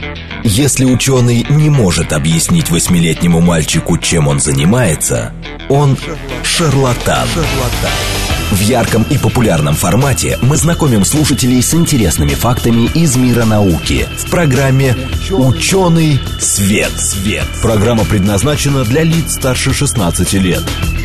Если ученый не может объяснить 8-летнему мальчику, чем он занимается, он шарлатан. В ярком и популярном формате мы знакомим слушателей с интересными фактами из мира науки в программе «Ученый свет». Программа предназначена для лиц старше 16 лет.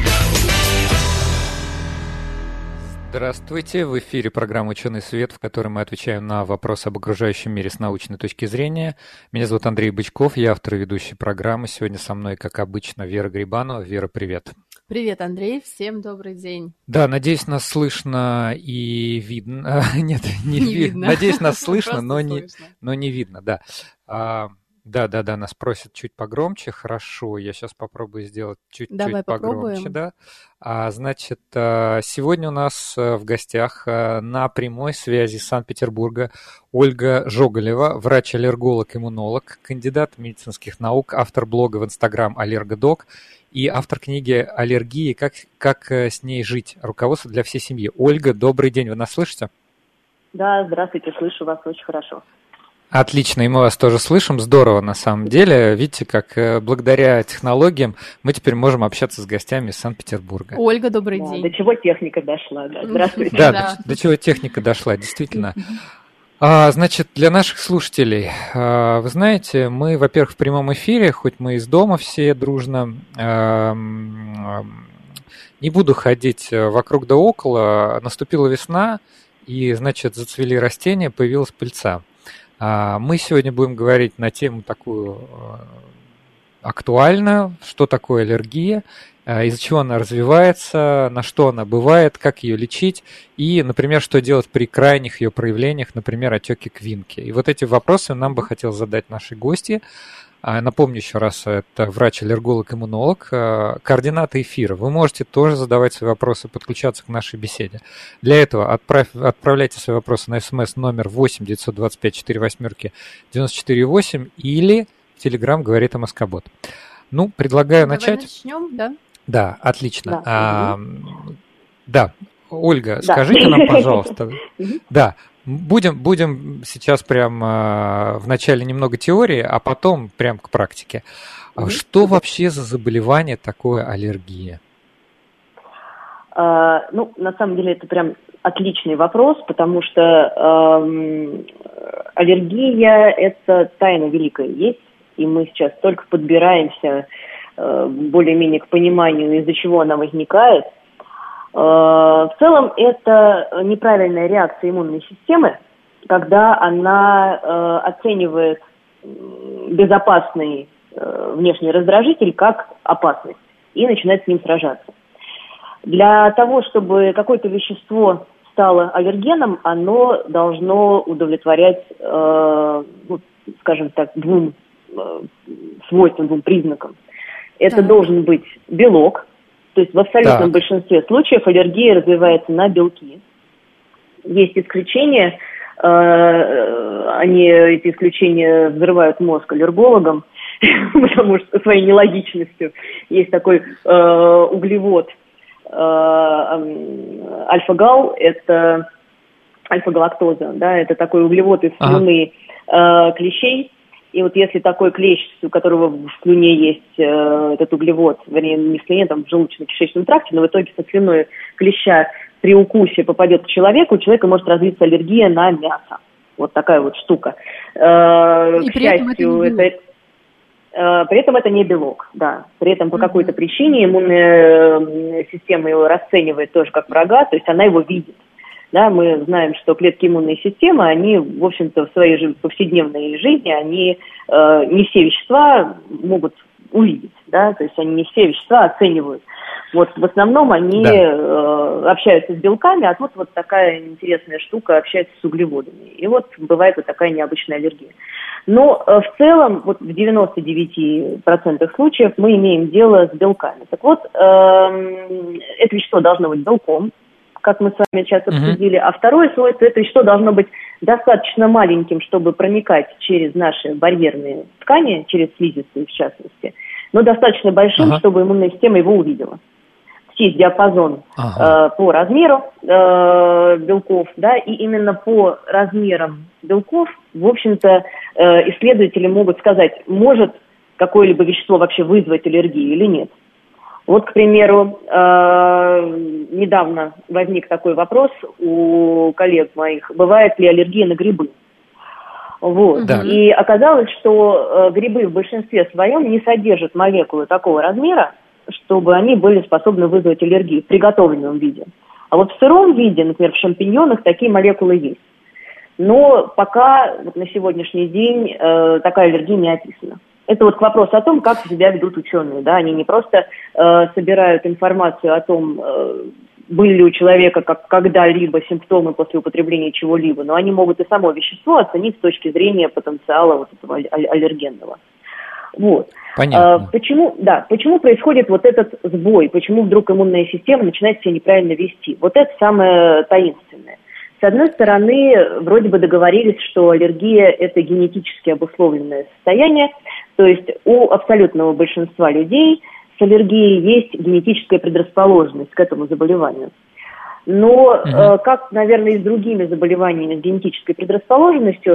Здравствуйте, в эфире программа «Ученый свет», в которой мы отвечаем на вопросы об окружающем мире с научной точки зрения. Меня зовут Андрей Бычков, я автор и ведущий программы. Сегодня со мной, как обычно, Вера Грибанова. Вера, привет. Привет, Андрей, всем добрый день. Да, надеюсь, нас слышно и видно. Нет, не видно. Надеюсь, нас слышно, но не видно, да. Да, нас просят чуть погромче. Хорошо, я сейчас попробую сделать чуть-чуть погромче. Попробуем. Да. Значит, сегодня у нас в гостях на прямой связи из Санкт-Петербурга Ольга Жоголева, врач-аллерголог-иммунолог, кандидат медицинских наук, автор блога в Instagram «Аллергодок» и автор книги «Аллергии. Как с ней жить. Руководство для всей семьи». Ольга, добрый день, вы нас слышите? Да, здравствуйте, слышу вас очень хорошо. Отлично, и мы вас тоже слышим. Здорово, на самом деле. Видите, как благодаря технологиям мы теперь можем общаться с гостями из Санкт-Петербурга. Ольга, добрый день. До чего техника дошла, да. Здравствуйте. Да, до чего техника дошла, действительно. Значит, для наших слушателей, вы знаете, мы, во-первых, в прямом эфире, хоть мы из дома все дружно, не буду ходить вокруг да около, наступила весна, и, значит, зацвели растения, появилась пыльца. Мы сегодня будем говорить на тему такую актуальную, что такое аллергия, из-за чего она развивается, на что она бывает, как ее лечить и, например, что делать при крайних ее проявлениях, например, отеки квинки. И вот эти вопросы нам бы хотелось задать нашей гости. Напомню еще раз, это врач-аллерголог-иммунолог, координаты эфира. Вы можете тоже задавать свои вопросы, подключаться к нашей беседе. Для этого отправляйте свои вопросы на смс номер 8 925 48 94 или в Телеграм «Говорит МСК-бот». Ну, предлагаю начать. Начнем, да? Да, отлично. Да, Ольга, скажите нам, пожалуйста. Да. Будем сейчас прям в начале немного теории, а потом прям к практике. Что вообще за заболевание такое аллергия? На самом деле это прям отличный вопрос, потому что аллергия – это тайна великая есть, и мы сейчас только подбираемся более-менее к пониманию, из-за чего она возникает. В целом это неправильная реакция иммунной системы, когда она оценивает безопасный внешний раздражитель как опасность и начинает с ним сражаться. Для того, чтобы какое-то вещество стало аллергеном, оно должно удовлетворять, скажем так, двум свойствам, двум признакам. Это должен быть белок. То есть в абсолютном большинстве случаев аллергия развивается на белки. Есть исключения, эти исключения взрывают мозг аллергологам, потому что своей нелогичностью. Есть такой углевод альфа-гал, это альфа-галактоза, да, это такой углевод из слюны клещей. И вот если такой клещ, у которого в слюне есть этот углевод, вернее, не в слюне, там в желудочно-кишечном тракте, но в итоге со слюной клеща при укусе попадет к человеку, у человека может развиться аллергия на мясо. Вот такая вот штука. И при этом это не белок, да. При этом по какой-то причине иммунная система его расценивает тоже как врага, то есть она его видит. Да, мы знаем, что клетки иммунной системы, они, в общем-то, в своей повседневной жизни, они не все вещества могут увидеть, да, то есть они не все вещества оценивают. Вот в основном они общаются с белками, а тут вот такая интересная штука общается с углеводами. И вот бывает вот такая необычная аллергия. Но в целом, вот в 99% случаев мы имеем дело с белками. Так вот, это вещество должно быть белком, как мы с вами сейчас обсудили. А второе свойство, это вещество должно быть достаточно маленьким, чтобы проникать через наши барьерные ткани, через слизистые в частности, но достаточно большим, чтобы иммунная система его увидела. есть диапазон по размеру белков, да, и именно по размерам белков, в общем-то, исследователи могут сказать, может какое-либо вещество вообще вызвать аллергию или нет. Вот, к примеру, недавно возник такой вопрос у коллег моих, бывает ли аллергия на грибы. Вот. Да. И оказалось, что грибы в большинстве своем не содержат молекулы такого размера, чтобы они были способны вызвать аллергию в приготовленном виде. А вот в сыром виде, например, в шампиньонах, такие молекулы есть. Но пока вот на сегодняшний день такая аллергия не описана. Это вот к вопросу о том, как себя ведут ученые. Да? Они не просто собирают информацию о том, были ли у человека когда-либо симптомы после употребления чего-либо, но они могут и само вещество оценить с точки зрения потенциала вот этого аллергенного. Вот. Понятно. Почему происходит вот этот сбой? Почему вдруг иммунная система начинает себя неправильно вести? Вот это самое таинственное. С одной стороны, вроде бы договорились, что аллергия – это генетически обусловленное состояние, то есть у абсолютного большинства людей с аллергией есть генетическая предрасположенность к этому заболеванию. Но, как, наверное, и с другими заболеваниями с генетической предрасположенностью,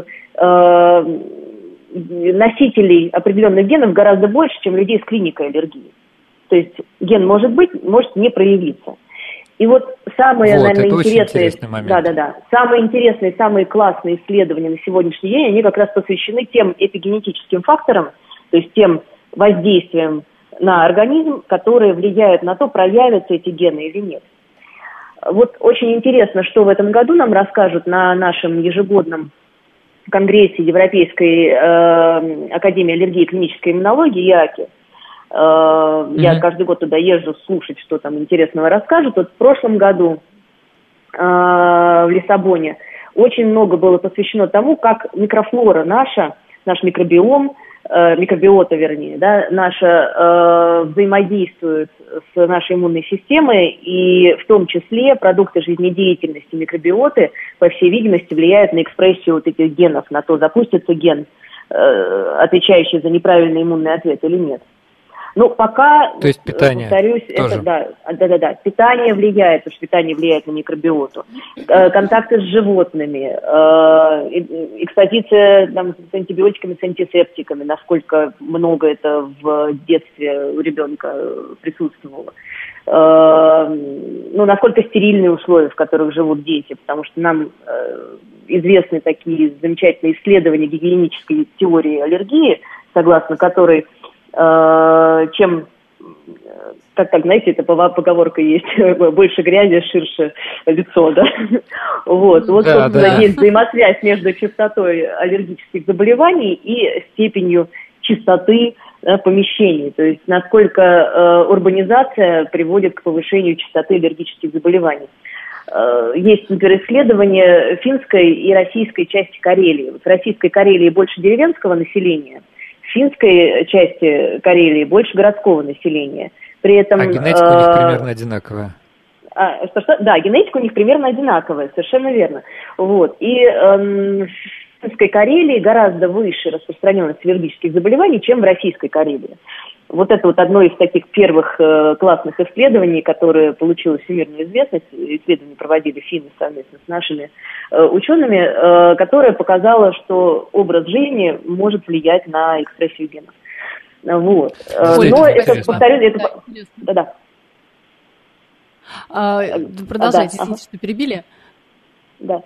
носителей определенных генов гораздо больше, чем людей с клиникой аллергии. То есть ген может быть, может не проявиться. И вот самые, наверное, интересные, самые интересные, самые классные исследования на сегодняшний день, они как раз посвящены тем эпигенетическим факторам, то есть тем воздействиям на организм, которые влияют на то, проявятся эти гены или нет. Вот очень интересно, что в этом году нам расскажут на нашем ежегодном конгрессе Европейской академии аллергии и клинической иммунологии, ИАКИ. Я каждый год туда езжу слушать, что там интересного расскажут. Вот в прошлом году в Лиссабоне очень много было посвящено тому, как микрофлора наш микробиом, микробиота, вернее, да, наша взаимодействует с нашей иммунной системой, и в том числе продукты жизнедеятельности микробиоты, по всей видимости, влияют на экспрессию вот этих генов, на то, запустится ген, отвечающий за неправильный иммунный ответ или нет. Ну, пока, то есть питание, повторюсь, тоже. Это питание влияет, потому что питание влияет на микробиоту. Контакты с животными, экспозиция там, с антибиотиками, с антисептиками, насколько много это в детстве у ребенка присутствовало. Ну, насколько стерильные условия, в которых живут дети, потому что нам известны такие замечательные исследования гигиенической теории аллергии, согласно которой чем, как знаете, это поговорка есть, больше грязи, ширше лицо, да? Вот, собственно, есть взаимосвязь между частотой аллергических заболеваний и степенью чистоты помещений, то есть насколько урбанизация приводит к повышению частоты аллергических заболеваний. Есть, например, исследования финской и российской части Карелии. Вот в российской Карелии больше деревенского населения, в финской части Карелии больше городского населения. При этом, генетика у них примерно одинаковая. Да, генетика у них примерно одинаковая, совершенно верно. Вот. И в финской Карелии гораздо выше распространенность аллергических заболеваний, чем в российской Карелии. Вот это вот одно из таких первых классных исследований, которое получило всемирную известность. Исследования проводили финны совместно с нашими учеными, которое показало, что образ жизни может влиять на экспрессию генов. Вот. Но это, повторюсь, Да. Продолжайте, извините, что перебили. Да.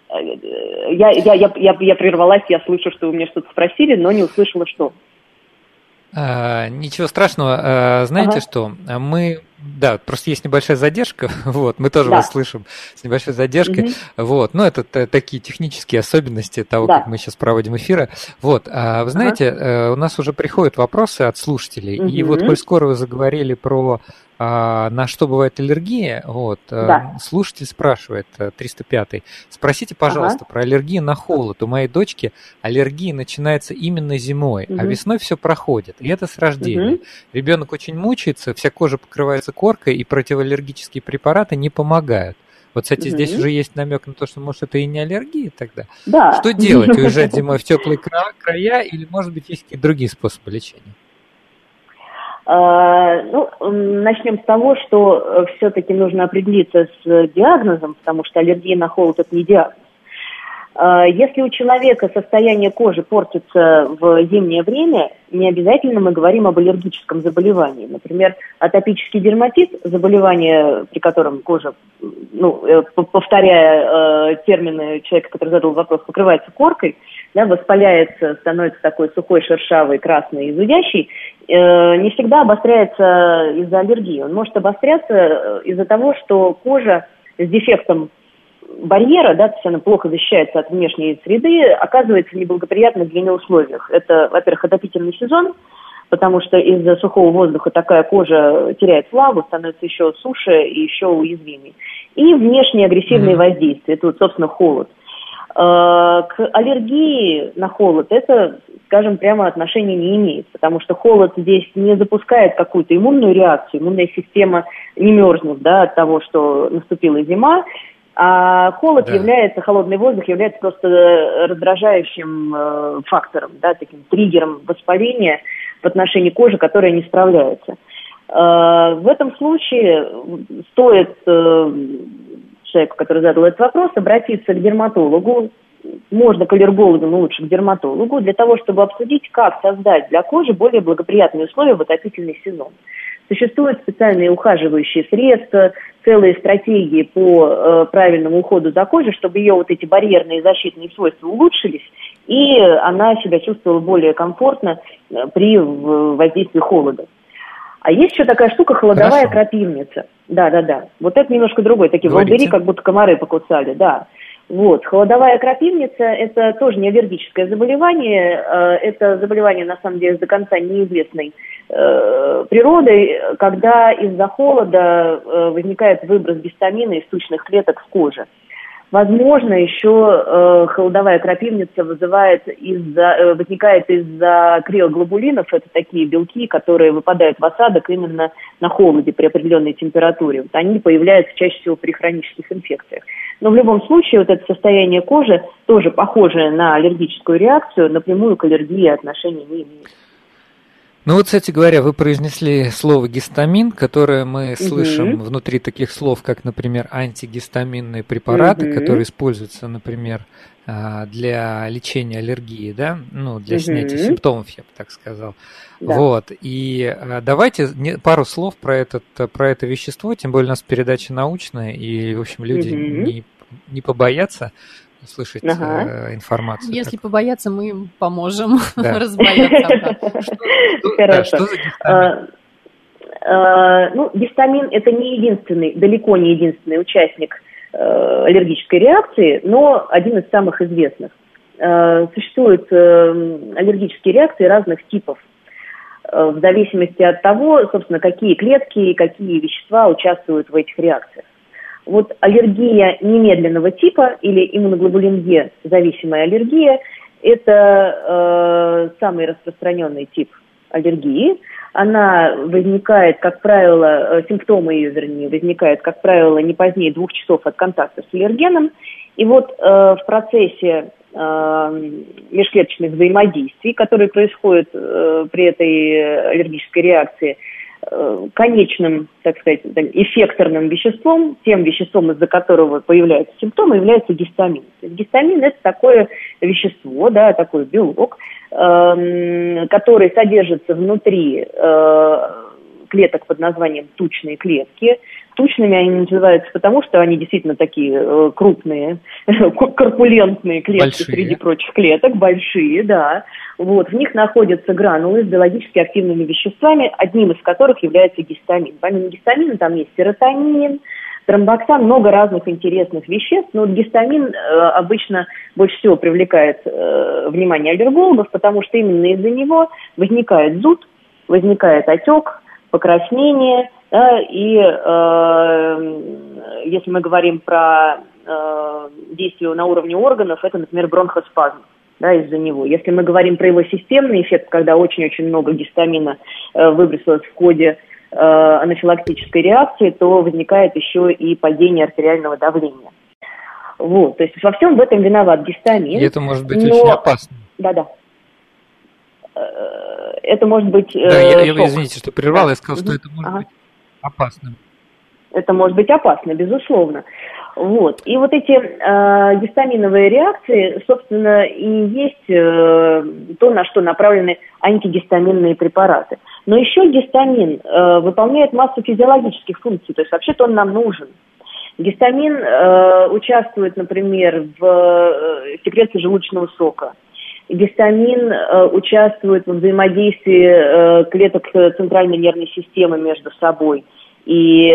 Я прервалась, я слышу, что вы мне что-то спросили, но не услышала, что. Ничего страшного. Знаете что? Да, просто есть небольшая задержка, вот, мы тоже вас слышим с небольшой задержкой, вот, но это такие технические особенности того, как мы сейчас проводим эфиры, вот, вы знаете, у нас уже приходят вопросы от слушателей, и вот, коль скоро вы заговорили про на что бывает аллергия, вот, слушатель спрашивает, 305-й, спросите, пожалуйста, про аллергию на холод. У моей дочки аллергия начинается именно зимой, а весной все проходит, и это с рождения. Ребенок очень мучается, вся кожа покрывается коркой, и противоаллергические препараты не помогают. Вот, кстати, здесь уже есть намек на то, что, может, это и не аллергия тогда. Да. Что делать? Уезжать зимой в теплые края или, может быть, есть какие-то другие способы лечения? Начнем с того, что все-таки нужно определиться с диагнозом, потому что аллергия на холод – это не диагноз. Если у человека состояние кожи портится в зимнее время, не обязательно мы говорим об аллергическом заболевании. Например, атопический дерматит, заболевание, при котором кожа, повторяя термины человека, который задал вопрос, покрывается коркой, да, воспаляется, становится такой сухой, шершавый, красный и зудящий, не всегда обостряется из-за аллергии. Он может обостряться из-за того, что кожа с дефектом барьера, да, то есть она плохо защищается от внешней среды, оказывается в неблагоприятных для нее условиях. Это, во-первых, отопительный сезон, потому что из-за сухого воздуха такая кожа теряет влагу, становится еще суше и еще уязвимее. И внешние агрессивные воздействия, это вот, собственно, холод. К аллергии на холод это, скажем, прямо отношения не имеет, потому что холод здесь не запускает какую-то иммунную реакцию, иммунная система не мерзнет, да, от того, что наступила зима, а холод является, холодный воздух является просто раздражающим фактором, да, таким триггером воспаления в отношении кожи, которая не справляется. В этом случае стоит человеку, который задал этот вопрос, обратиться к дерматологу, можно к аллергологу, но лучше к дерматологу, для того, чтобы обсудить, как создать для кожи более благоприятные условия в отопительный сезон. Существуют специальные ухаживающие средства, целые стратегии по правильному уходу за кожей, чтобы ее вот эти барьерные защитные свойства улучшились, и она себя чувствовала более комфортно при воздействии холода. А есть еще такая штука холодовая крапивница. Да. Вот это немножко другой. Такие волдыри, как будто комары покусали, да. Вот. Холодовая крапивница – это тоже не аллергическое заболевание. Это заболевание, на самом деле, до конца неизвестной природой, когда из-за холода возникает выброс гистамина из тучных клеток в коже. Возможно, еще холодовая крапивница возникает из-за криоглобулинов. Это такие белки, которые выпадают в осадок именно на холоде при определенной температуре. Вот они появляются чаще всего при хронических инфекциях. Но в любом случае вот это состояние кожи, тоже похожее на аллергическую реакцию, напрямую к аллергии отношения не имеет. Ну вот, кстати говоря, вы произнесли слово гистамин, которое мы слышим внутри таких слов, как, например, антигистаминные препараты, которые используются, например, для лечения аллергии, да, ну, для снятия симптомов, я бы так сказал. Да. Вот, и давайте пару слов про это вещество, тем более у нас передача научная, и, в общем, люди не побоятся слышать информацию. Если побояться, мы им поможем разбояться. Хорошо. Гистамин – это не единственный, далеко не единственный участник аллергической реакции, но один из самых известных. Существуют аллергические реакции разных типов, в зависимости от того, собственно, какие клетки и какие вещества участвуют в этих реакциях. Вот аллергия немедленного типа или иммуноглобулин Е зависимая аллергия – это самый распространенный тип аллергии. Она возникает, как правило, симптомы ее, возникают, как правило, не позднее 2 часов от контакта с аллергеном. И вот в процессе межклеточных взаимодействий, которые происходят при этой аллергической реакции, конечным, так сказать, эффекторным веществом, тем веществом, из-за которого появляются симптомы, является гистамин. То есть гистамин – это такое вещество, да, такой белок, который содержится внутри клеток под названием тучные клетки. Тучными они называются потому, что они действительно такие крупные, корпулентные клетки большие. Среди прочих клеток, большие, да. Вот, в них находятся гранулы с биологически активными веществами, одним из которых является гистамин. Помимо гистамина там есть серотонин, тромбоксан, много разных интересных веществ, но вот гистамин обычно больше всего привлекает внимание аллергологов, потому что именно из-за него возникает зуд, возникает отек, покраснение, да, и если мы говорим про действие на уровне органов, это, например, бронхоспазм, да, из-за него. Если мы говорим про его системный эффект, когда очень-очень много гистамина выбросилось в ходе анафилактической реакции, то возникает еще и падение артериального давления. Вот, то есть во всем в этом виноват гистамин. И это может быть очень опасно. Да-да. это может быть Да, я извините, что прервал, я сказал, что это может быть опасным. Это может быть опасно, безусловно. Вот. И вот эти гистаминовые реакции, собственно, и есть то, на что направлены антигистаминные препараты. Но еще гистамин выполняет массу физиологических функций, то есть вообще-то он нам нужен. Гистамин участвует, например, в секреции желудочного сока. Гистамин участвует в взаимодействии клеток центральной нервной системы между собой. И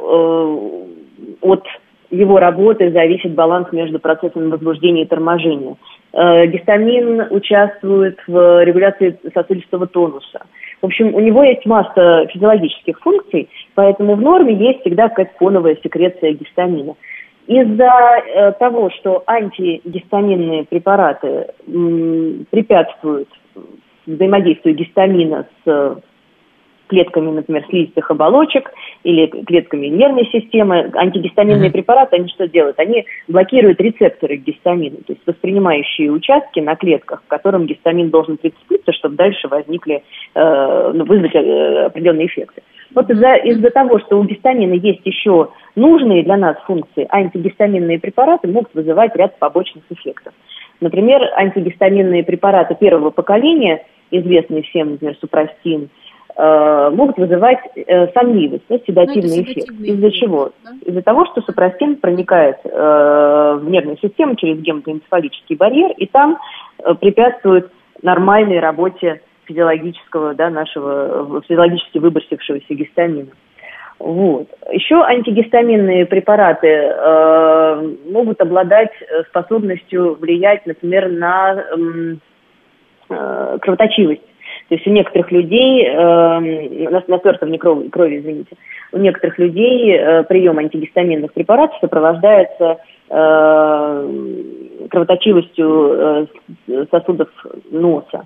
от его работы зависит баланс между процессами возбуждения и торможения. Гистамин участвует в регуляции сосудистого тонуса. В общем, у него есть масса физиологических функций, поэтому в норме есть всегда какая-то фоновая секреция гистамина. Из-за того, что антигистаминные препараты препятствуют взаимодействию гистамина с клетками, например, слизистых оболочек или клетками нервной системы, антигистаминные препараты, они что делают? Они блокируют рецепторы к гистамину, то есть воспринимающие участки на клетках, к которым гистамин должен прицепиться, чтобы дальше возникли, вызвать определенные эффекты. Вот из-за того, что у гистамина есть еще нужные для нас функции, антигистаминные препараты могут вызывать ряд побочных эффектов. Например, антигистаминные препараты первого поколения, известные всем, например, супрастин, могут вызывать сонливость, седативный эффект. Из-за чего? Да? Из-за того, что супрастин проникает в нервную систему через гематоэнцефалический барьер и там препятствует нормальной работе физиологического, нашего физиологически выбросившегося гистамина. Вот. Еще антигистаминные препараты могут обладать способностью влиять, например, на кровоточивость. То есть у некоторых людей, на свертывание крови, извините, у некоторых людей прием антигистаминных препаратов сопровождается кровоточивостью сосудов носа.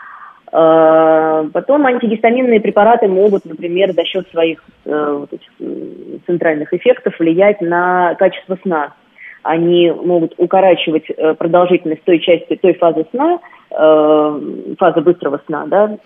Потом антигистаминные препараты могут, например, за счет своих центральных эффектов влиять на качество сна. Они могут укорачивать продолжительность той фазы сна, фаза быстрого сна,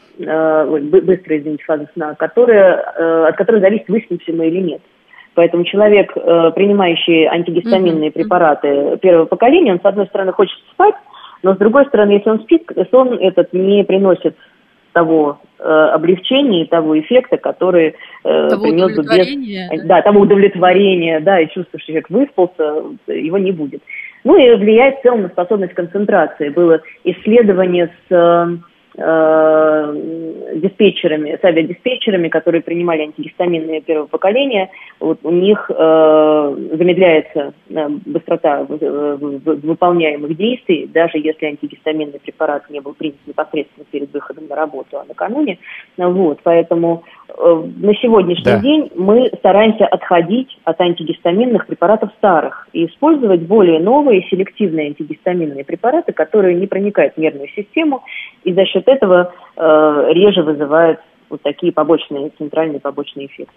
фаза сна, от которой зависит, выспимся мы или нет. Поэтому человек, принимающий антигистаминные препараты первого поколения, он, с одной стороны, хочет спать, но, с другой стороны, если он спит, сон этот не приносит того облегчения и того эффекта, который принес бы того удовлетворения, и чувство, что человек выспался, его не будет. Ну и влияет в целом на способность концентрации. Было исследование с диспетчерами, с авиадиспетчерами, которые принимали антигистаминные первого поколения. Вот у них замедляется быстрота выполняемых действий, даже если антигистаминный препарат не был принят непосредственно перед выходом на работу, а накануне. Вот, поэтому на сегодняшний день мы стараемся отходить от антигистаминных препаратов старых и использовать более новые селективные антигистаминные препараты, которые не проникают в нервную систему и за счет этого реже вызывают вот такие центральные побочные эффекты.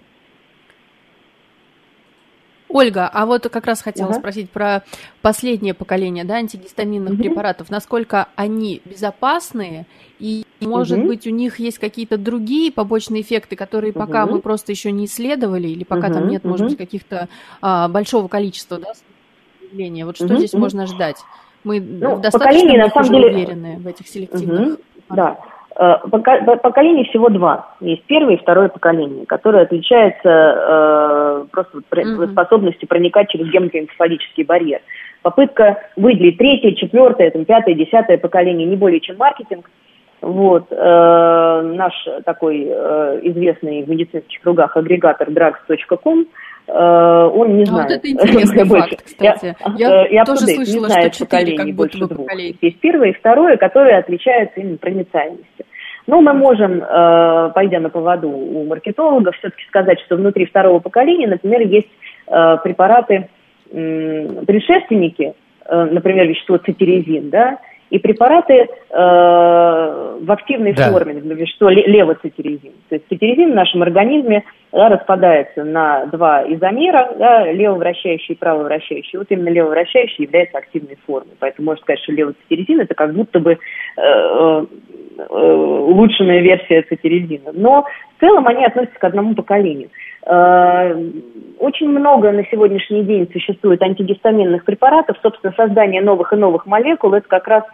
Ольга, а вот как раз хотела спросить про последнее поколение антигистаминных препаратов. Насколько они безопасны и, может быть, у них есть какие-то другие побочные эффекты, которые пока мы просто еще не исследовали или пока там нет, может быть, каких-то большого количества явлений. Вот что здесь можно ждать? Мы достаточно уверены в этих селективных. Да. Поколений всего два. Есть первое и второе поколение, которое отличается просто способностью проникать через гематоэнцефалический барьер. Попытка выделить третье, четвертое, пятое, десятое поколение не более чем маркетинг. Вот. Наш такой известный в медицинских кругах агрегатор drugs.com, он не знает. Вот это интересный факт, кстати. Я тоже слышала, что 4 как будто бы поколения. Есть первое и второе, которые отличаются именно проницаемостью. Но мы можем, пойдя на поводу у маркетологов, все-таки сказать, что внутри второго поколения, например, есть препараты, предшественники, например, вещество цитирезин, и препараты в активной форме, например, вещество левоцитирезин. То есть цитирезин в нашем организме распадается на два изомера, левовращающий и правовращающий. Вот именно левовращающий является активной формой. Поэтому можно сказать, что левоцитирезин это как будто бы улучшенная версия цитиридина. Но в целом они относятся к одному поколению. Очень много на сегодняшний день существует антигистаминных препаратов. Собственно, создание новых и новых молекул – это как раз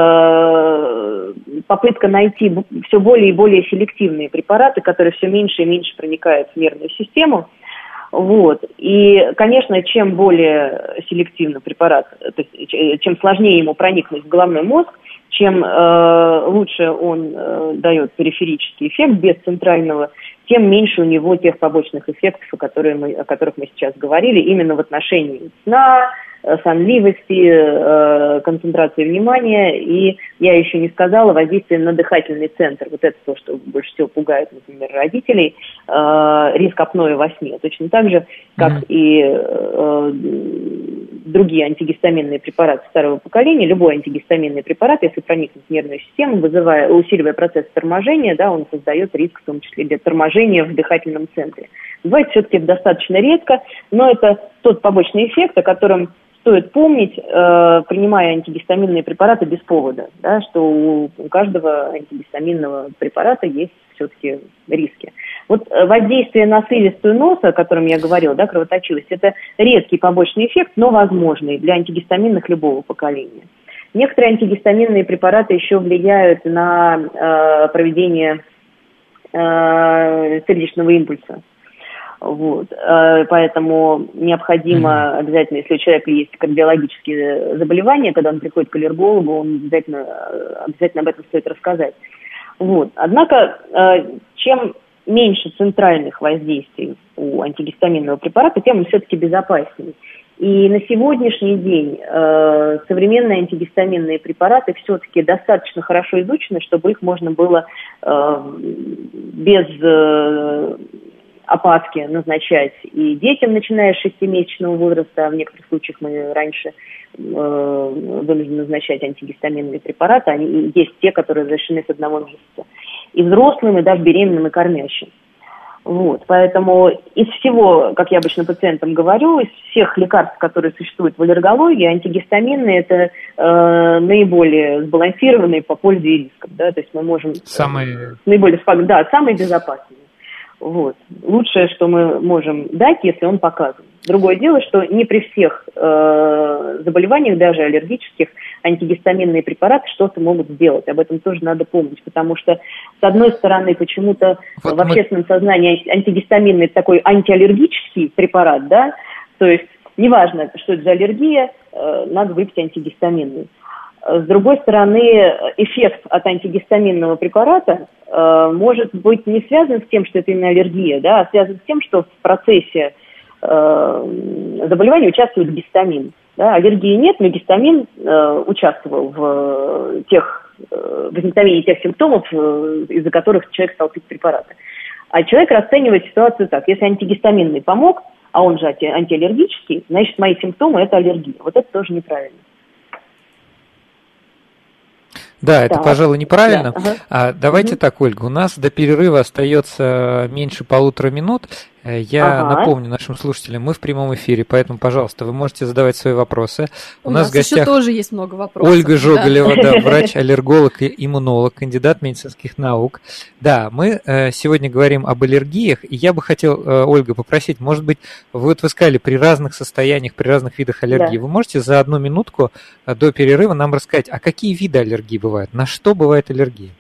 попытка найти все более и более селективные препараты, которые все меньше и меньше проникают в нервную систему. Вот. И, конечно, чем более селективный препарат, то есть, чем сложнее ему проникнуть в головной мозг, чем лучше он дает периферический эффект без центрального, тем меньше у него тех побочных эффектов, о которых мы сейчас говорили, именно в отношении сна, сонливости, концентрации внимания. И я еще не сказала воздействие на дыхательный центр. Вот это то, что больше всего пугает, например, родителей. Риск апноэ во сне. Точно так же, как и другие антигистаминные препараты старого поколения. Любой антигистаминный препарат, если проникнуть в нервную систему, усиливая процесс торможения, да, он создает риск, в том числе для торможения в дыхательном центре. Бывает все-таки достаточно редко, но это тот побочный эффект, о котором стоит помнить, принимая антигистаминные препараты без повода, да, что у каждого антигистаминного препарата есть все-таки риски. Вот воздействие на слизистую носа, о котором я говорила, да, кровоточивость, это редкий побочный эффект, но возможный для антигистаминных любого поколения. Некоторые антигистаминные препараты еще влияют на проведение сердечного импульса. Вот. Поэтому необходимо обязательно, если у человека есть кардиологические заболевания, когда он приходит к аллергологу, он обязательно об этом стоит рассказать. Вот. Однако, чем меньше центральных воздействий у антигистаминного препарата, тем он все-таки безопаснее. И на сегодняшний день современные антигистаминные препараты все-таки достаточно хорошо изучены, чтобы их можно было без опаски назначать и детям, начиная с 6-месячного возраста, а в некоторых случаях мы раньше вынуждены назначать антигистаминные препараты, они есть те, которые разрешены с 1 месяца, и взрослым, и даже беременным, и кормящим. Вот, поэтому из всего, как я обычно пациентам говорю, из всех лекарств, которые существуют в аллергологии, антигистаминные это наиболее сбалансированные по пользе и рискам, да, то есть мы можем самые безопасные. Вот. Лучшее, что мы можем дать, если он показан. Другое дело, что не при всех заболеваниях, даже аллергических, антигистаминные препараты что-то могут сделать. Об этом тоже надо помнить, потому что, с одной стороны, почему-то в общественном сознании антигистаминный это такой антиаллергический препарат, да, то есть неважно, что это за аллергия, надо выпить антигистаминный. С другой стороны, эффект от антигистаминного препарата может быть не связан с тем, что это именно аллергия, да, а связан с тем, что в процессе заболевания участвует гистамин. Да. Аллергии нет, но гистамин участвовал в возникновении тех симптомов, из-за которых человек стал пить препараты. А человек расценивает ситуацию так: если антигистаминный помог, а он же антиаллергический, значит, мои симптомы – это аллергия. Вот это тоже неправильно. Да, это, пожалуй, неправильно. Да. Давайте так, Ольга, у нас до перерыва остается меньше 1,5 минут. Я напомню нашим слушателям, мы в прямом эфире, поэтому, пожалуйста, вы можете задавать свои вопросы. У нас в гостях еще тоже есть много вопросов. Ольга Жоголева, да, врач-аллерголог и иммунолог, кандидат медицинских наук. Да, мы сегодня говорим об аллергиях, и я бы хотел, Ольга, попросить, может быть, вы сказали, при разных состояниях, при разных видах аллергии, вы можете за 1 минутку до перерыва нам рассказать, а какие виды аллергии бывают, на что бывает аллергия?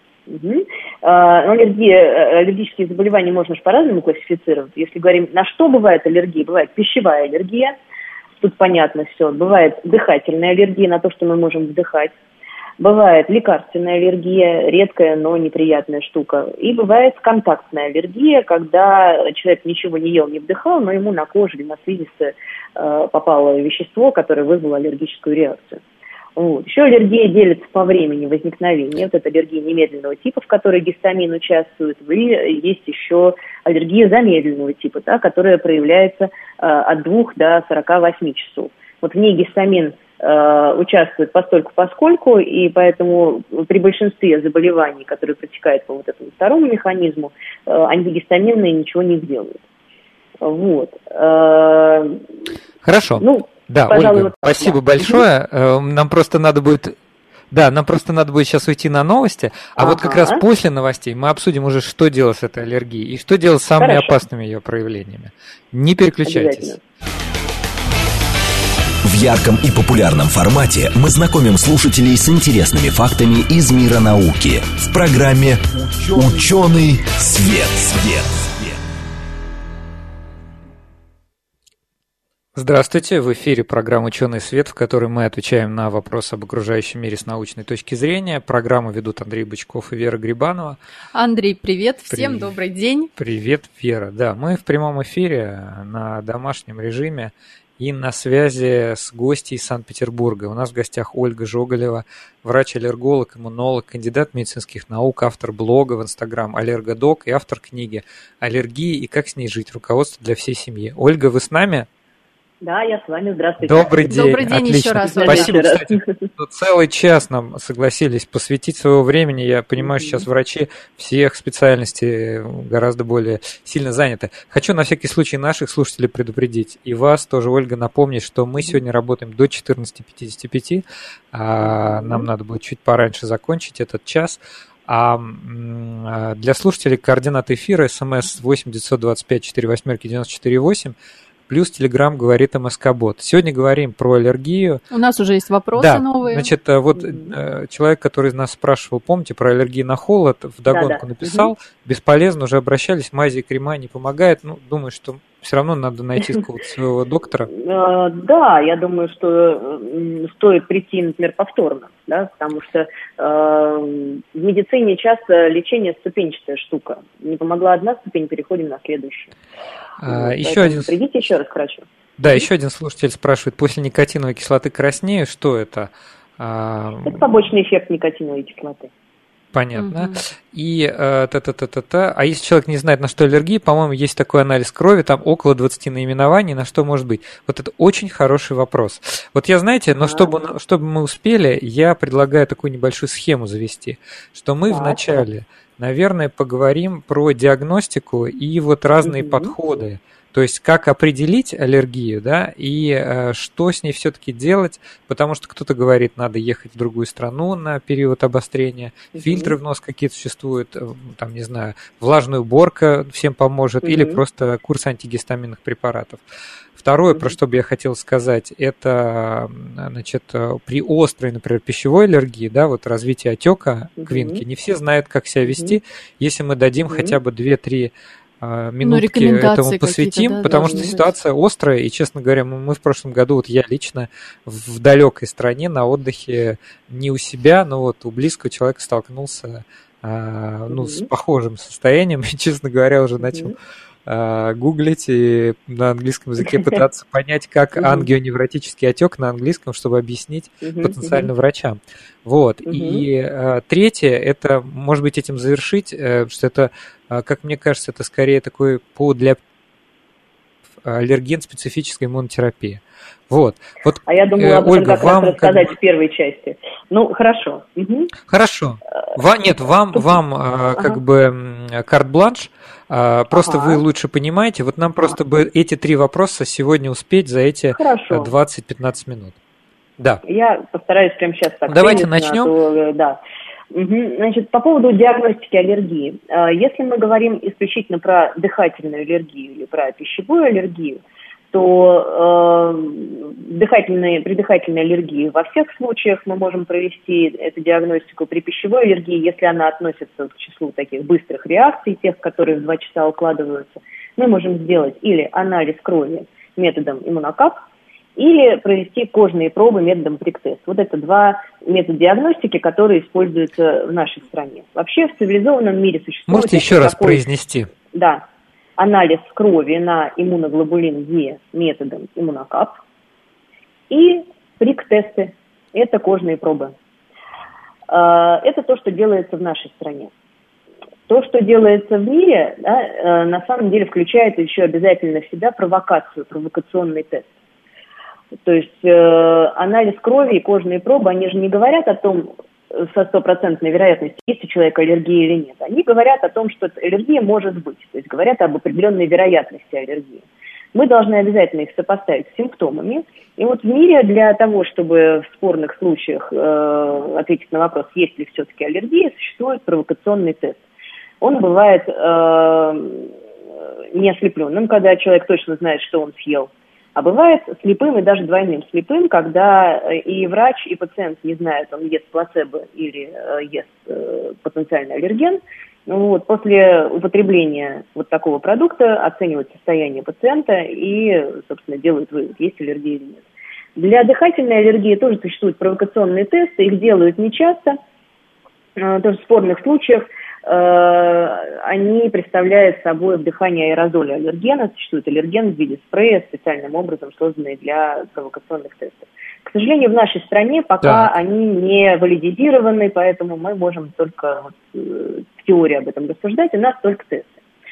Аллергические заболевания можно же по-разному классифицировать. Если говорим, на что бывает аллергия, бывает пищевая аллергия, тут понятно все, бывает дыхательная аллергия на то, что мы можем вдыхать, бывает лекарственная аллергия, редкая, но неприятная штука, и бывает контактная аллергия, когда человек ничего не ел, не вдыхал, но ему на кожу или на слизистую попало вещество, которое вызвало аллергическую реакцию. Вот. Еще аллергия делится по времени возникновения. Вот это аллергия немедленного типа, в которой гистамин участвует. И есть еще аллергия замедленного типа, да, которая проявляется от 2 до 48 часов. Вот в ней гистамин участвует постольку-поскольку, и поэтому при большинстве заболеваний, которые протекают по вот этому второму механизму, антигистаминные ничего не сделают. Вот. Хорошо. Да, пожалуй, Ольга, спасибо большое. Нам просто надо будет Да, нам просто надо будет сейчас уйти на новости, а вот как раз после новостей мы обсудим уже, что делать с этой аллергией и что делать с самыми опасными ее проявлениями. Не переключайтесь. В ярком и популярном формате мы знакомим слушателей с интересными фактами из мира науки в программе «Ученый свет». Здравствуйте, в эфире программа «Ученый свет», в которой мы отвечаем на вопросы об окружающем мире с научной точки зрения. Программу ведут Андрей Бычков и Вера Грибанова. Андрей, привет, всем добрый день. Привет, Вера. Да, мы в прямом эфире на домашнем режиме и на связи с гостьей из Санкт-Петербурга. У нас в гостях Ольга Жоголева, врач-аллерголог, иммунолог, кандидат медицинских наук, автор блога в Инстаграм «Аллергодок» и автор книги «Аллергии и как с ней жить. Руководство для всей семьи». Ольга, вы с нами? Да, я с вами. Здравствуйте. Добрый день. Добрый день. Отлично. Еще раз. Спасибо, кстати, что целый час нам согласились посвятить своего времени. Я понимаю, что сейчас врачи всех специальностей гораздо более сильно заняты. Хочу на всякий случай наших слушателей предупредить. И вас тоже, Ольга, напомнить, что мы сегодня работаем до 14:55. Нам надо будет чуть пораньше закончить этот час. А для слушателей координаты эфира СМС 8 925 48 94 8. Плюс Телеграм говорит МСК-бот. Сегодня говорим про аллергию. У нас уже есть вопросы новые. Значит, вот человек, который из нас спрашивал, помните, про аллергию на холод, вдогонку написал, бесполезно, уже обращались, мази и крема не помогает. Ну, думаю, что все равно надо найти какого-то своего доктора. Да, я думаю, что стоит прийти, например, повторно, да, потому что в медицине часто лечение ступенчатая штука. Не помогла одна ступень, переходим на следующую. Придите еще раз к врачу. Да, еще один слушатель спрашивает, после никотиновой кислоты краснею, что это? Это побочный эффект никотиновой кислоты. Понятно. И а если человек не знает, на что аллергия, по-моему, есть такой анализ крови, там около 20 наименований, на что может быть. Вот это очень хороший вопрос. Вот я, знаете, но чтобы мы успели, я предлагаю такую небольшую схему завести, что мы вначале, наверное, поговорим про диагностику и вот разные подходы. То есть, как определить аллергию, да, и что с ней все-таки делать, потому что кто-то говорит, надо ехать в другую страну на период обострения, фильтры в нос какие-то существуют, там, не знаю, влажная уборка всем поможет, или просто курс антигистаминных препаратов. Второе, про что бы я хотел сказать, это, значит, при острой, например, пищевой аллергии, да, вот развитие отека квинки, не все знают, как себя вести, если мы дадим хотя бы 2-3 минутки этому посвятим, потому что ситуация острая, и, честно говоря, мы в прошлом году, вот я лично в далекой стране на отдыхе не у себя, но вот у близкого человека столкнулся с похожим состоянием, и, честно говоря, уже начал гуглить и на английском языке пытаться понять, как ангионевротический отек на английском, чтобы объяснить потенциально врачам. Вот. И третье, это, может быть, этим завершить, что это, как мне кажется, это скорее такой повод для аллерген-специфической иммунотерапии. Вот. А я думала, об этом Ольга, как раз рассказать в первой части. Ну, хорошо. Хорошо. Вам как бы карт-бланш. Просто вы лучше понимаете. Вот нам просто бы эти 3 вопроса сегодня успеть за эти 20-15 минут. Да. Я постараюсь прямо сейчас так. Давайте начнем. Да. Значит, по поводу диагностики аллергии. Если мы говорим исключительно про дыхательную аллергию или про пищевую аллергию, то при дыхательной аллергии во всех случаях мы можем провести эту диагностику. При пищевой аллергии, если она относится к числу таких быстрых реакций, тех, которые в 2 часа укладываются, мы можем сделать или анализ крови методом иммунокап, или провести кожные пробы методом прик-тест. Вот это 2 метода диагностики, которые используются в нашей стране. Вообще в цивилизованном мире существует... Можете еще раз произнести? Да. Анализ крови на иммуноглобулин Е методом иммунокап и прик-тесты. Это кожные пробы. Это то, что делается в нашей стране. То, что делается в мире, да, на самом деле включает еще обязательно в себя провокационный тест. То есть анализ крови и кожные пробы, они же не говорят о том, со 100% вероятностью, есть у человека аллергия или нет. Они говорят о том, что аллергия может быть, то есть говорят об определенной вероятности аллергии. мы должны обязательно их сопоставить с симптомами. И вот в мире для того, чтобы в спорных случаях ответить на вопрос, есть ли все-таки аллергия, существует провокационный тест. Он бывает не ослепленным, когда человек точно знает, что он съел, а бывает слепым и даже двойным слепым, когда и врач, и пациент не знают, он ест плацебо или ест потенциальный аллерген. Вот, после употребления вот такого продукта оценивают состояние пациента и, собственно, делают вывод, есть аллергия или нет. Для дыхательной аллергии тоже существуют провокационные тесты, их делают нечасто, тоже в спорных случаях. Они представляют собой вдыхание аэрозоля аллергена. Существует аллерген в виде спрея, специальным образом созданный для провокационных тестов. К сожалению, в нашей стране пока они не валидизированы, поэтому мы можем только в теории об этом рассуждать, у нас только тесты.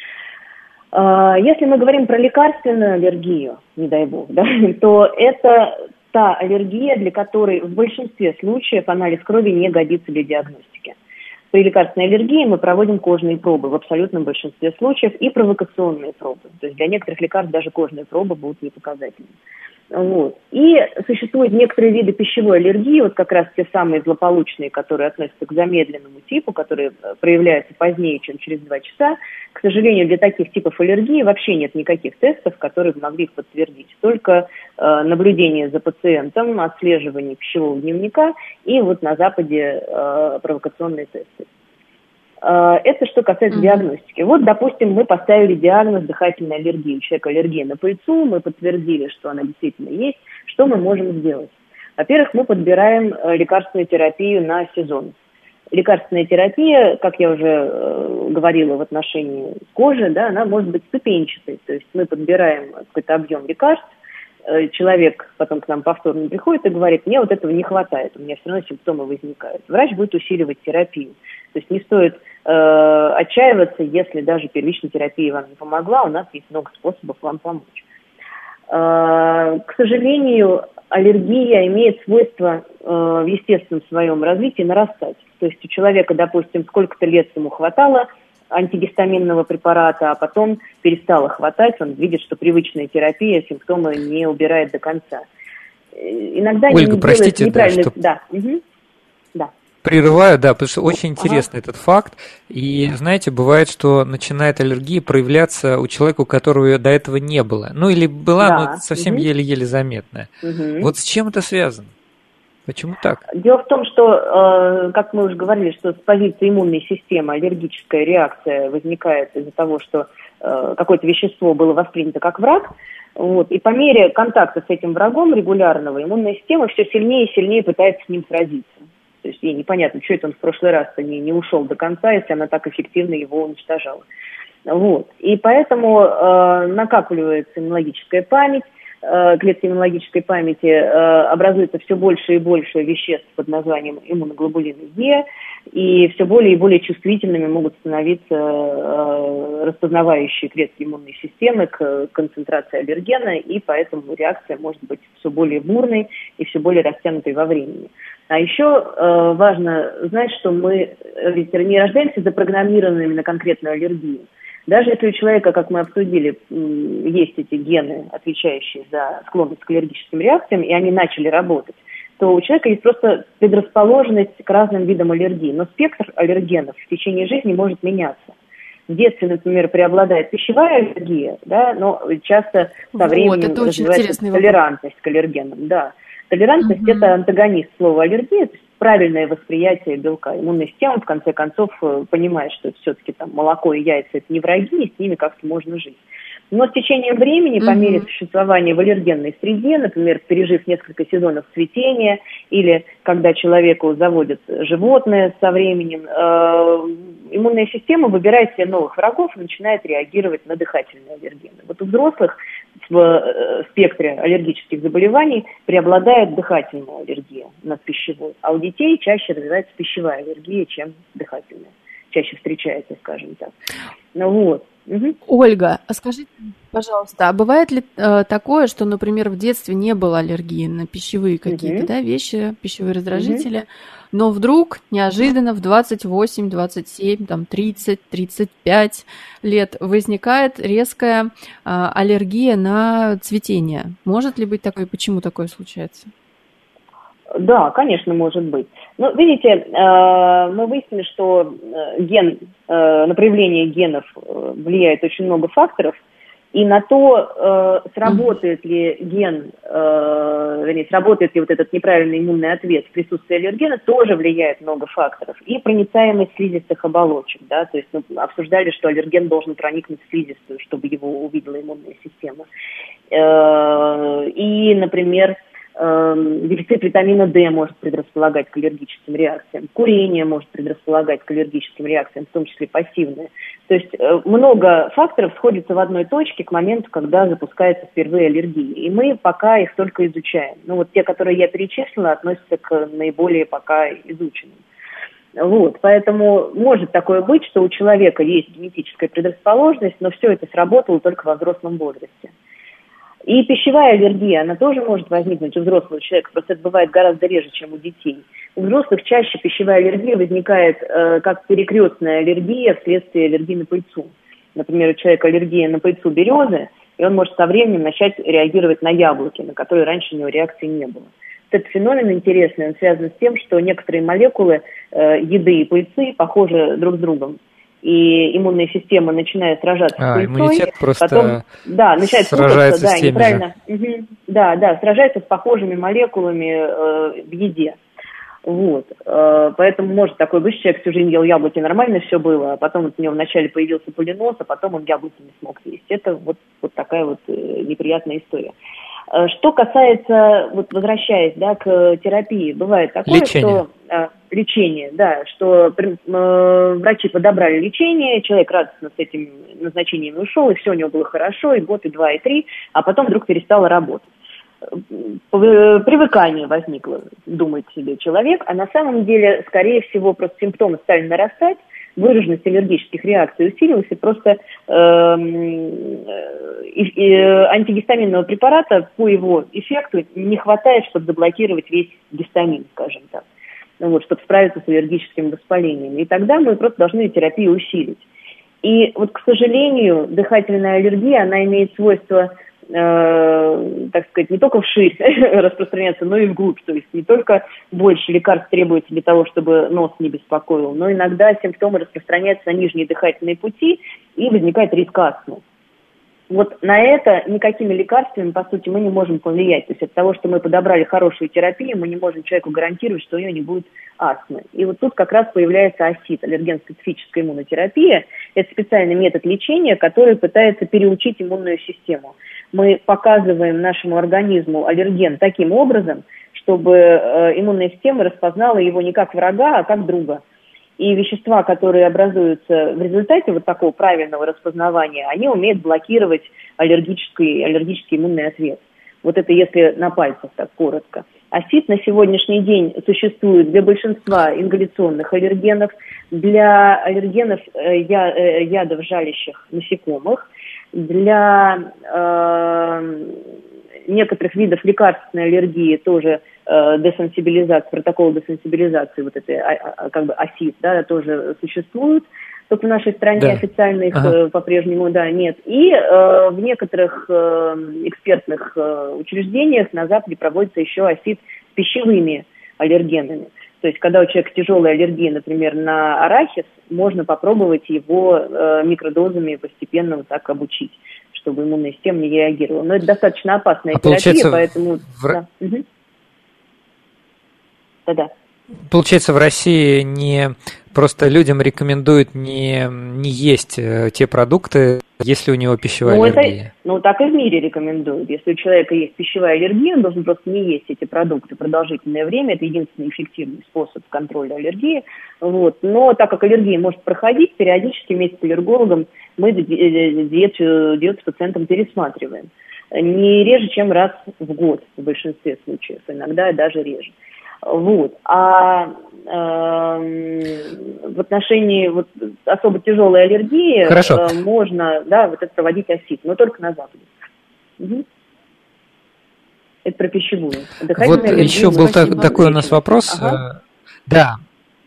Если мы говорим про лекарственную аллергию, не дай бог, да, то это та аллергия, для которой в большинстве случаев анализ крови не годится для диагностики. При лекарственной аллергии мы проводим кожные пробы в абсолютном большинстве случаев и провокационные пробы. То есть для некоторых лекарств даже кожные пробы будут непоказательными. Вот. И существуют некоторые виды пищевой аллергии, вот как раз те самые злополучные, которые относятся к замедленному типу, которые проявляются позднее, чем через 2 часа. К сожалению, для таких типов аллергии вообще нет никаких тестов, которые могли их подтвердить. Только наблюдение за пациентом, отслеживание пищевого дневника и вот на Западе провокационные тесты. Это что касается диагностики. Вот, допустим, мы поставили диагноз дыхательной аллергии. У человека аллергия на пыльцу, мы подтвердили, что она действительно есть. Что мы можем сделать? Во-первых, мы подбираем лекарственную терапию на сезон. Лекарственная терапия, как я уже говорила в отношении кожи, да, она может быть ступенчатой. То есть мы подбираем какой-то объем лекарств, человек потом к нам повторно приходит и говорит, мне вот этого не хватает, у меня все равно симптомы возникают. Врач будет усиливать терапию. То есть не стоит отчаиваться, если даже первичная терапия вам не помогла, у нас есть много способов вам помочь. К сожалению, аллергия имеет свойство в естественном своем развитии нарастать. То есть у человека, допустим, сколько-то лет ему хватало антигистаминного препарата, а потом перестало хватать, он видит, что привычная терапия симптомы не убирает до конца. Иногда Ольга, простите, неправильных... Да. Прерываю, да, потому что очень интересный этот факт. И, знаете, бывает, что начинает аллергия проявляться у человека, у которого ее до этого не было. Ну, или была, но совсем еле-еле заметная. Вот с чем это связано? Почему так? Дело в том, что, как мы уже говорили, что с позиции иммунной системы аллергическая реакция возникает из-за того, что какое-то вещество было воспринято как враг. Вот, и по мере контакта с этим врагом регулярного иммунная система все сильнее и сильнее пытается с ним сразиться. То есть ей непонятно, что это он в прошлый раз-то не ушел до конца, если она так эффективно его уничтожала. Вот. И поэтому накапливается иммунологическая память, клетки иммунологической памяти образуется все больше и больше веществ под названием иммуноглобулины Е, и все более и более чувствительными могут становиться распознавающие клетки иммунной системы к концентрации аллергена, и поэтому реакция может быть все более бурной и все более растянутой во времени. А еще важно знать, что мы ведь не рождаемся запрограммированными на конкретную аллергию. Даже если у человека, как мы обсудили, есть эти гены, отвечающие за склонность к аллергическим реакциям, и они начали работать, то у человека есть просто предрасположенность к разным видам аллергии. Но спектр аллергенов в течение жизни может меняться. В детстве, например, преобладает пищевая аллергия, да, но часто со временем развивается толерантность к аллергенам. Да. Толерантность – это антагонист слова аллергия, то есть правильное восприятие белка. Иммунная система, в конце концов, понимает, что все-таки там молоко и яйца – это не враги, и с ними как-то можно жить. Но с течением времени, по мере существования в аллергенной среде, например, пережив несколько сезонов цветения, или когда человеку заводят животное со временем, иммунная система выбирает себе новых врагов и начинает реагировать на дыхательные аллергены. Вот у взрослых в спектре аллергических заболеваний преобладает дыхательная аллергия над пищевой, а у детей чаще развивается пищевая аллергия, чем дыхательная. Чаще встречается, скажем так. Ну вот. Ольга, а скажите, пожалуйста, а бывает ли такое, что, например, в детстве не было аллергии на пищевые какие-то, да, вещи, пищевые раздражители, но вдруг неожиданно в 28, 27, там, 30, 35 лет возникает резкая аллергия на цветение? Может ли быть такое, почему такое случается? Да, конечно, может быть. Но, видите, мы выяснили, что на проявление генов влияет очень много факторов, и на то, сработает ли ген, сработает ли вот этот неправильный иммунный ответ в присутствии аллергена, тоже влияет много факторов. И проницаемость слизистых оболочек, да, то есть мы обсуждали, что аллерген должен проникнуть в слизистую, чтобы его увидела иммунная система. И, например, дефицит витамина D может предрасполагать к аллергическим реакциям. Курение может предрасполагать к аллергическим реакциям, в том числе пассивные. То есть много факторов сходится в одной точке к моменту, когда запускается впервые аллергия. И мы пока их только изучаем. Ну вот те, которые я перечислила, относятся к наиболее пока изученным. Вот, поэтому может такое быть, что у человека есть генетическая предрасположенность, но все это сработало только во взрослом возрасте. И пищевая аллергия, она тоже может возникнуть у взрослого человека, просто это бывает гораздо реже, чем у детей. У взрослых чаще пищевая аллергия возникает как перекрестная аллергия вследствие аллергии на пыльцу. Например, у человека аллергия на пыльцу березы, и он может со временем начать реагировать на яблоки, на которые раньше у него реакции не было. Этот феномен интересный, он связан с тем, что некоторые молекулы еды и пыльцы похожи друг с другом. И иммунная система начинает сражаться с пыльцой, иммунитет просто потом, начинает сражается путаться, с теми же. Сражается с похожими молекулами в еде. Вот. Поэтому может такое быть, что человек всю жизнь ел яблоки, нормально все было, а потом у него вначале появился полинос, а потом он яблоки не смог есть. Это вот такая вот неприятная история. Что касается, возвращаясь, к терапии, бывает такое, что лечение, что врачи подобрали лечение, человек радостно с этим назначением ушел, и все у него было хорошо, и год, и два, и три, а потом вдруг перестало работать. Привыкание возникло, думает себе человек, а на самом деле, скорее всего, просто симптомы стали нарастать, выраженность аллергических реакций усилилась, и просто антигистаминного препарата по его эффекту не хватает, чтобы заблокировать весь гистамин, скажем так, чтобы справиться с аллергическим воспалением. И тогда мы просто должны терапию усилить. И к сожалению, дыхательная аллергия, она имеет свойство так сказать, не только вширь распространяться, но и вглубь. То есть не только больше лекарств требуется для того, чтобы нос не беспокоил, но иногда симптомы распространяются на нижние дыхательные пути и возникает риск астмы. Вот на это никакими лекарствами, по сути, мы не можем повлиять. То есть от того, что мы подобрали хорошую терапию, мы не можем человеку гарантировать, что у него не будет астмы. И вот тут как раз появляется АСИТ, аллерген-специфическая иммунотерапия. Это специальный метод лечения, который пытается переучить иммунную систему. Мы показываем нашему организму аллерген таким образом, чтобы иммунная система распознала его не как врага, а как друга. И вещества, которые образуются в результате такого правильного распознавания, они умеют блокировать аллергический иммунный ответ. Вот это если на пальцах так коротко. АСИТ на сегодняшний день существует для большинства ингаляционных аллергенов, для аллергенов ядов жалящих насекомых, для некоторых видов лекарственной аллергии тоже протокол десенсибилизации, вот это как бы АСИТ, тоже существует. Только в нашей стране официально их по-прежнему нет. И в некоторых экспертных учреждениях на Западе проводится еще АСИТ с пищевыми аллергенами. То есть, когда у человека тяжелая аллергия, например, на арахис, можно попробовать его микродозами постепенно так обучить, чтобы иммунная система не реагировала. Но это достаточно опасная терапия, поэтому... Получается, в России не просто людям рекомендуют не есть те продукты, если у него пищевая аллергия. Так и в мире рекомендуют. Если у человека есть пищевая аллергия, он должен просто не есть эти продукты продолжительное время. Это единственный эффективный способ контроля аллергии. Но так как аллергия может проходить, периодически вместе с аллергологом мы диету с пациентом пересматриваем. Не реже, чем раз в год в большинстве случаев, иногда даже реже. Вот. А в отношении вот особо тяжелой аллергии можно, да, вот это проводить ОСИТ, но только на Западе. Угу. Это про пищевую. Вот еще был такой у нас вопрос. Ага. Да.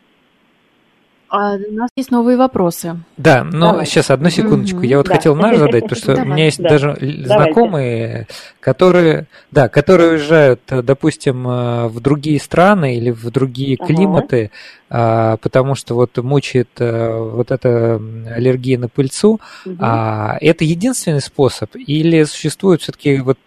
У нас есть новые вопросы. Да, но давайте. Сейчас, одну секундочку. Я вот хотел наш задать, потому что у меня есть даже знакомые, которые уезжают, допустим, в другие страны или в другие климаты, потому что вот мучает вот эта аллергия на пыльцу. Это единственный способ? Или существует все-таки вот,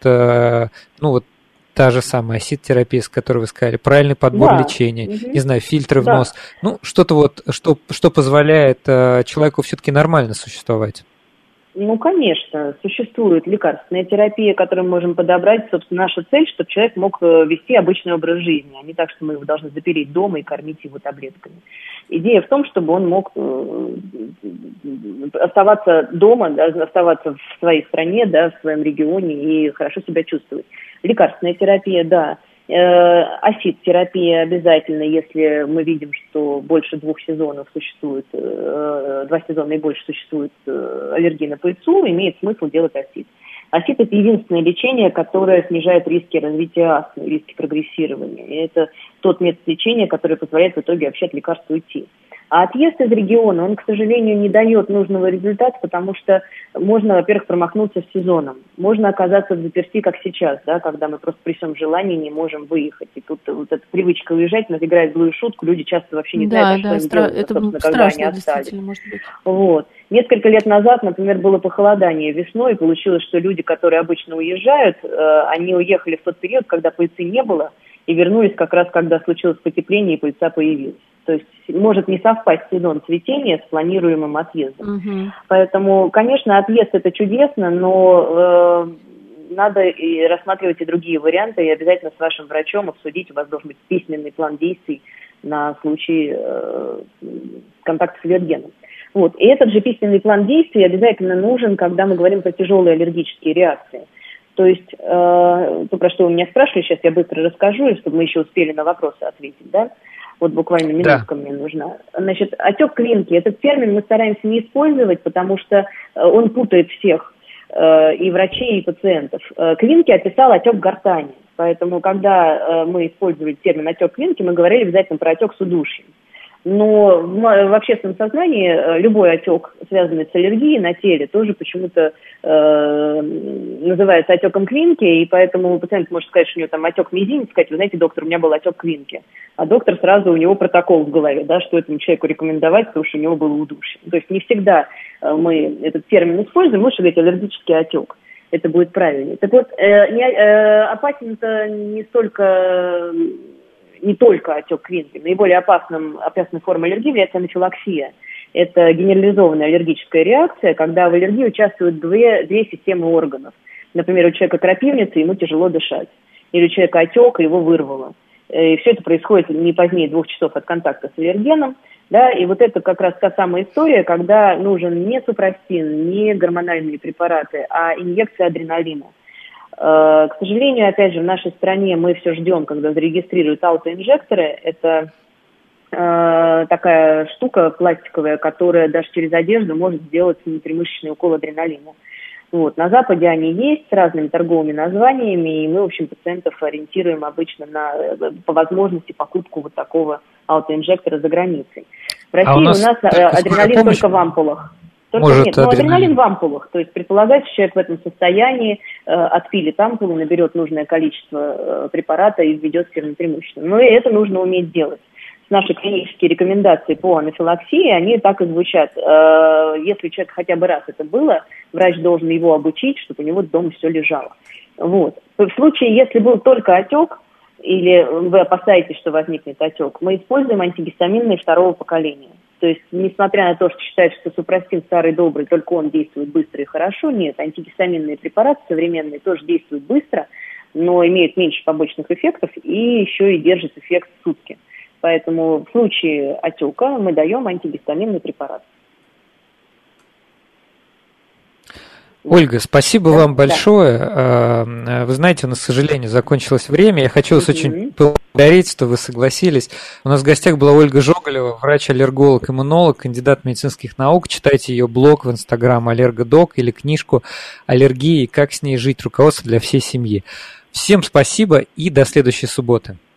та же самая ОСИТ-терапия, с которой вы сказали, правильный подбор лечения, не знаю, фильтры в нос, что-то вот, что позволяет человеку все-таки нормально существовать? Ну, конечно, существует лекарственная терапия, которую мы можем подобрать. Собственно, наша цель, чтобы человек мог вести обычный образ жизни, а не так, что мы его должны запереть дома и кормить его таблетками. Идея в том, чтобы он мог оставаться дома, да, оставаться в своей стране, да, в своем регионе и хорошо себя чувствовать. Лекарственная терапия, да. ОСИТ-терапия обязательно, если мы видим, что больше 2 сезонов существует, 2 сезона и больше существует аллергия на пыльцу, имеет смысл делать ОСИТ. ОСИТ – это единственное лечение, которое снижает риски развития астмы, риски прогрессирования. И это тот метод лечения, который позволяет в итоге вообще от лекарства уйти. А отъезд из региона, он, к сожалению, не дает нужного результата, потому что можно, во-первых, промахнуться с сезоном. Можно оказаться в заперти, как сейчас, да, когда мы просто при всем желании не можем выехать. И тут вот эта привычка уезжать нас играет злую шутку, люди часто вообще не знают, что им делать, собственно, когда они остались. Вот. Несколько лет назад, например, было похолодание весной, и получилось, что люди, которые обычно уезжают, они уехали в тот период, когда пыльцы не было, и вернулись как раз, когда случилось потепление, и пыльца появилась. То есть может не совпасть сезон цветения с планируемым отъездом. Угу. Поэтому, конечно, отъезд – это чудесно, но надо и рассматривать и другие варианты, и обязательно с вашим врачом обсудить. У вас должен быть письменный план действий на случай контакта с аллергеном. Вот. И этот же письменный план действий обязательно нужен, когда мы говорим про тяжелые аллергические реакции. То есть, то, про что вы меня спрашивали, сейчас я быстро расскажу, чтобы мы еще успели на вопросы ответить, да? Вот буквально минутка мне нужна. Значит, отек квинки. Этот термин мы стараемся не использовать, потому что он путает всех, и врачей, и пациентов. Квинки описал отек гортани. Поэтому, когда мы использовали термин отек квинки, мы говорили обязательно про отек с удушьем. Но в общественном сознании любой отек, связанный с аллергией на теле, тоже почему-то называется отеком квинки, и поэтому пациент может сказать, что у него там отек мизинец, сказать, вы знаете, доктор, у меня был отек квинки. А доктор сразу, у него протокол в голове, да, что этому человеку рекомендовать, потому что у него было удушье. То есть не всегда мы этот термин используем, лучше говорить аллергический отек. Это будет правильнее. Так вот, опасен-то не только отек квинки. Наиболее опасной формой аллергии является анафилаксия. Это генерализованная аллергическая реакция, когда в аллергии участвуют две системы органов. Например, у человека крапивница, ему тяжело дышать. Или у человека отек, его вырвало. И все это происходит не позднее 2 часов от контакта с аллергеном. Да, и вот это как раз та самая история, когда нужен не супрастин, не гормональные препараты, а инъекция адреналина. К сожалению, опять же, в нашей стране мы все ждем, когда зарегистрируют аутоинжекторы. Это такая штука пластиковая, которая даже через одежду может сделать внутримышечный укол адреналина. Вот. На Западе они есть с разными торговыми названиями, и мы, в общем, пациентов ориентируем обычно по возможности покупку вот такого аутоинжектора за границей. В России у нас адреналин только в ампулах. Нет, но адреналин в ампулах. То есть предполагать, что человек в этом состоянии отпилит ампулу, наберет нужное количество препарата и введет себе внутримышечно. Но и это нужно уметь делать. Наши клинические рекомендации по анафилаксии, они так и звучат. Если у человека хотя бы раз это было, врач должен его обучить, чтобы у него дома все лежало. Вот. В случае, если был только отек, или вы опасаетесь, что возникнет отек, мы используем антигистаминные 2-го поколения. То есть, несмотря на то, что считается, что супрастин старый добрый, только он действует быстро и хорошо, нет, антигистаминные препараты современные тоже действуют быстро, но имеют меньше побочных эффектов и еще и держат эффект сутки. Поэтому в случае отека мы даем антигистаминный препарат. Ольга, спасибо вам большое. Вы знаете, у нас, к сожалению, закончилось время. Я хочу вас очень поблагодарить, что вы согласились. У нас в гостях была Ольга Жоголева, врач-аллерголог, иммунолог, кандидат медицинских наук. Читайте ее блог в Инстаграм «Аллергодок» или книжку «Аллергия и как с ней жить. Руководство для всей семьи». Всем спасибо и до следующей субботы.